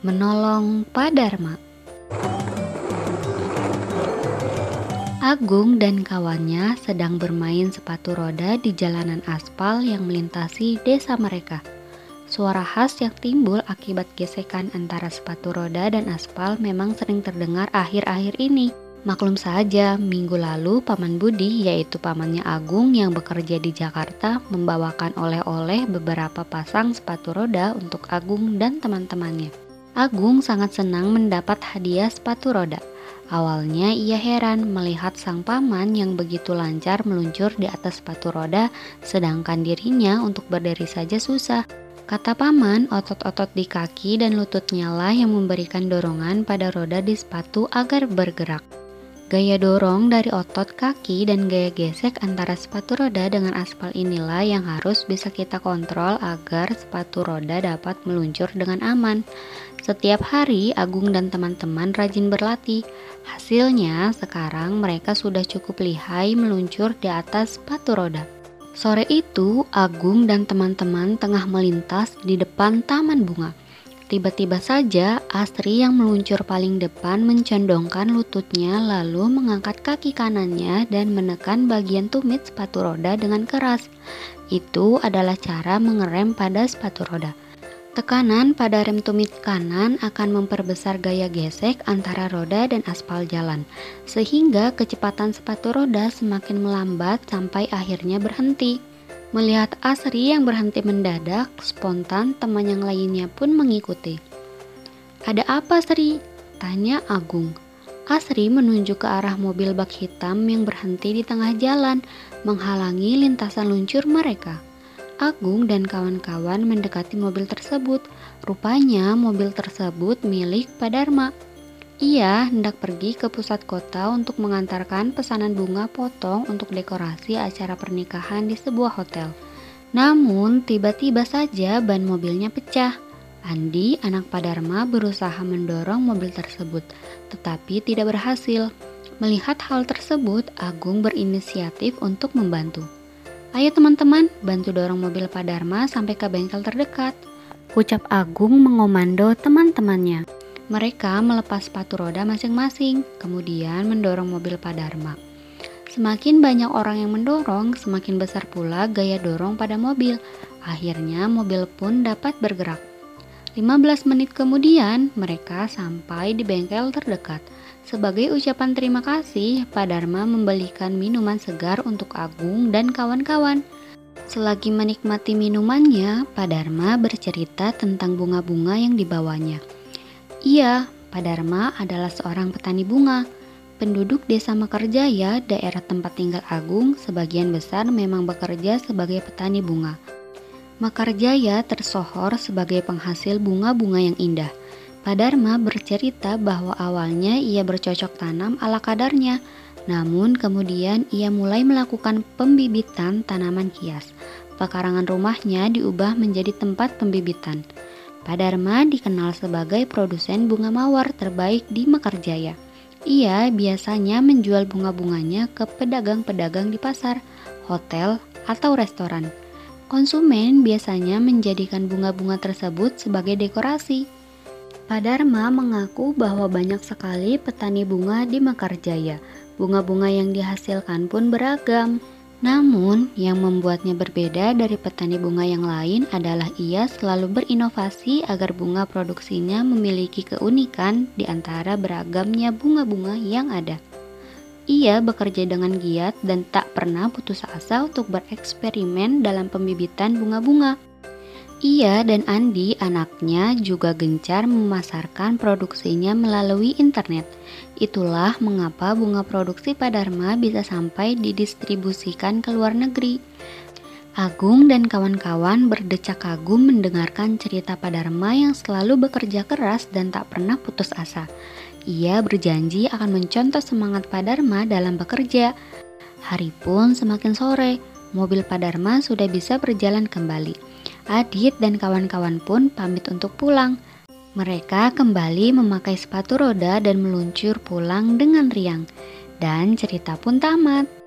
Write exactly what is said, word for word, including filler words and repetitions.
Menolong Pak Dharma. Agung dan kawannya sedang bermain sepatu roda di jalanan aspal yang melintasi desa mereka. Suara khas yang timbul akibat gesekan antara sepatu roda dan aspal memang sering terdengar akhir-akhir ini. Maklum saja, minggu lalu Paman Budi, yaitu pamannya Agung yang bekerja di Jakarta, membawakan oleh-oleh beberapa pasang sepatu roda untuk Agung dan teman-temannya. Agung sangat senang mendapat hadiah sepatu roda. Awalnya ia heran melihat sang paman yang begitu lancar meluncur di atas sepatu roda, sedangkan dirinya untuk berdiri saja susah. Kata paman, otot-otot di kaki dan lututnya lah yang memberikan dorongan pada roda di sepatu agar bergerak. Gaya dorong dari otot kaki dan gaya gesek antara sepatu roda dengan aspal inilah yang harus bisa kita kontrol agar sepatu roda dapat meluncur dengan aman. Setiap hari Agung dan teman-teman rajin berlatih. Hasilnya sekarang mereka sudah cukup lihai meluncur di atas sepatu roda. Sore itu Agung dan teman-teman tengah melintas di depan taman bunga. Tiba-tiba saja Asri yang meluncur paling depan mencondongkan lututnya lalu mengangkat kaki kanannya dan menekan bagian tumit sepatu roda dengan keras. Itu adalah cara mengerem pada sepatu roda. Tekanan pada rem tumit kanan akan memperbesar gaya gesek antara roda dan aspal jalan, sehingga kecepatan sepatu roda semakin melambat sampai akhirnya berhenti. Melihat Asri yang berhenti mendadak, spontan teman yang lainnya pun mengikuti. "Ada apa, Sri?" tanya Agung. Asri menunjuk ke arah mobil bak hitam yang berhenti di tengah jalan, menghalangi lintasan luncur mereka. Agung dan kawan-kawan mendekati mobil tersebut. Rupanya mobil tersebut milik Pak Dharma. Ia hendak pergi ke pusat kota untuk mengantarkan pesanan bunga potong untuk dekorasi acara pernikahan di sebuah hotel. Namun tiba-tiba saja ban mobilnya pecah. Andi, anak Pak Dharma, berusaha mendorong mobil tersebut, tetapi tidak berhasil. Melihat hal tersebut, Agung berinisiatif untuk membantu. "Ayo teman-teman, bantu dorong mobil Pak Dharma sampai ke bengkel terdekat," ucap Agung mengomando teman-temannya. Mereka melepas sepatu roda masing-masing, kemudian mendorong mobil Pak Dharma. Semakin banyak orang yang mendorong, semakin besar pula gaya dorong pada mobil. Akhirnya mobil pun dapat bergerak. lima belas menit kemudian, mereka sampai di bengkel terdekat. Sebagai ucapan terima kasih, Pak Dharma membelikan minuman segar untuk Agung dan kawan-kawan. Selagi menikmati minumannya, Pak Dharma bercerita tentang bunga-bunga yang dibawanya. Iya, Pak Dharma adalah seorang petani bunga. Penduduk desa Mekarjaya, daerah tempat tinggal Agung, sebagian besar memang bekerja sebagai petani bunga. Mekarjaya tersohor sebagai penghasil bunga-bunga yang indah. Pak Dharma bercerita bahwa awalnya ia bercocok tanam ala kadarnya, namun kemudian ia mulai melakukan pembibitan tanaman hias. Pekarangan rumahnya diubah menjadi tempat pembibitan. Pak Dharma dikenal sebagai produsen bunga mawar terbaik di Mekarjaya. Ia biasanya menjual bunga-bunganya ke pedagang-pedagang di pasar, hotel, atau restoran. Konsumen biasanya menjadikan bunga-bunga tersebut sebagai dekorasi. Pak Dharma mengaku bahwa banyak sekali petani bunga di Mekarjaya. Bunga-bunga yang dihasilkan pun beragam. Namun, yang membuatnya berbeda dari petani bunga yang lain adalah ia selalu berinovasi agar bunga produksinya memiliki keunikan di antara beragamnya bunga-bunga yang ada. Ia bekerja dengan giat dan tak pernah putus asa untuk bereksperimen dalam pembibitan bunga-bunga. Ia dan Andi, anaknya, juga gencar memasarkan produksinya melalui internet. Itulah mengapa bunga produksi Pak Dharma bisa sampai didistribusikan ke luar negeri. Agung dan kawan-kawan berdecak kagum mendengarkan cerita Pak Dharma yang selalu bekerja keras dan tak pernah putus asa. Ia berjanji akan mencontoh semangat Pak Dharma dalam bekerja. Hari pun semakin sore, mobil Pak Dharma sudah bisa berjalan kembali. Adit dan kawan-kawan pun pamit untuk pulang. Mereka kembali memakai sepatu roda dan meluncur pulang dengan riang. Dan cerita pun tamat.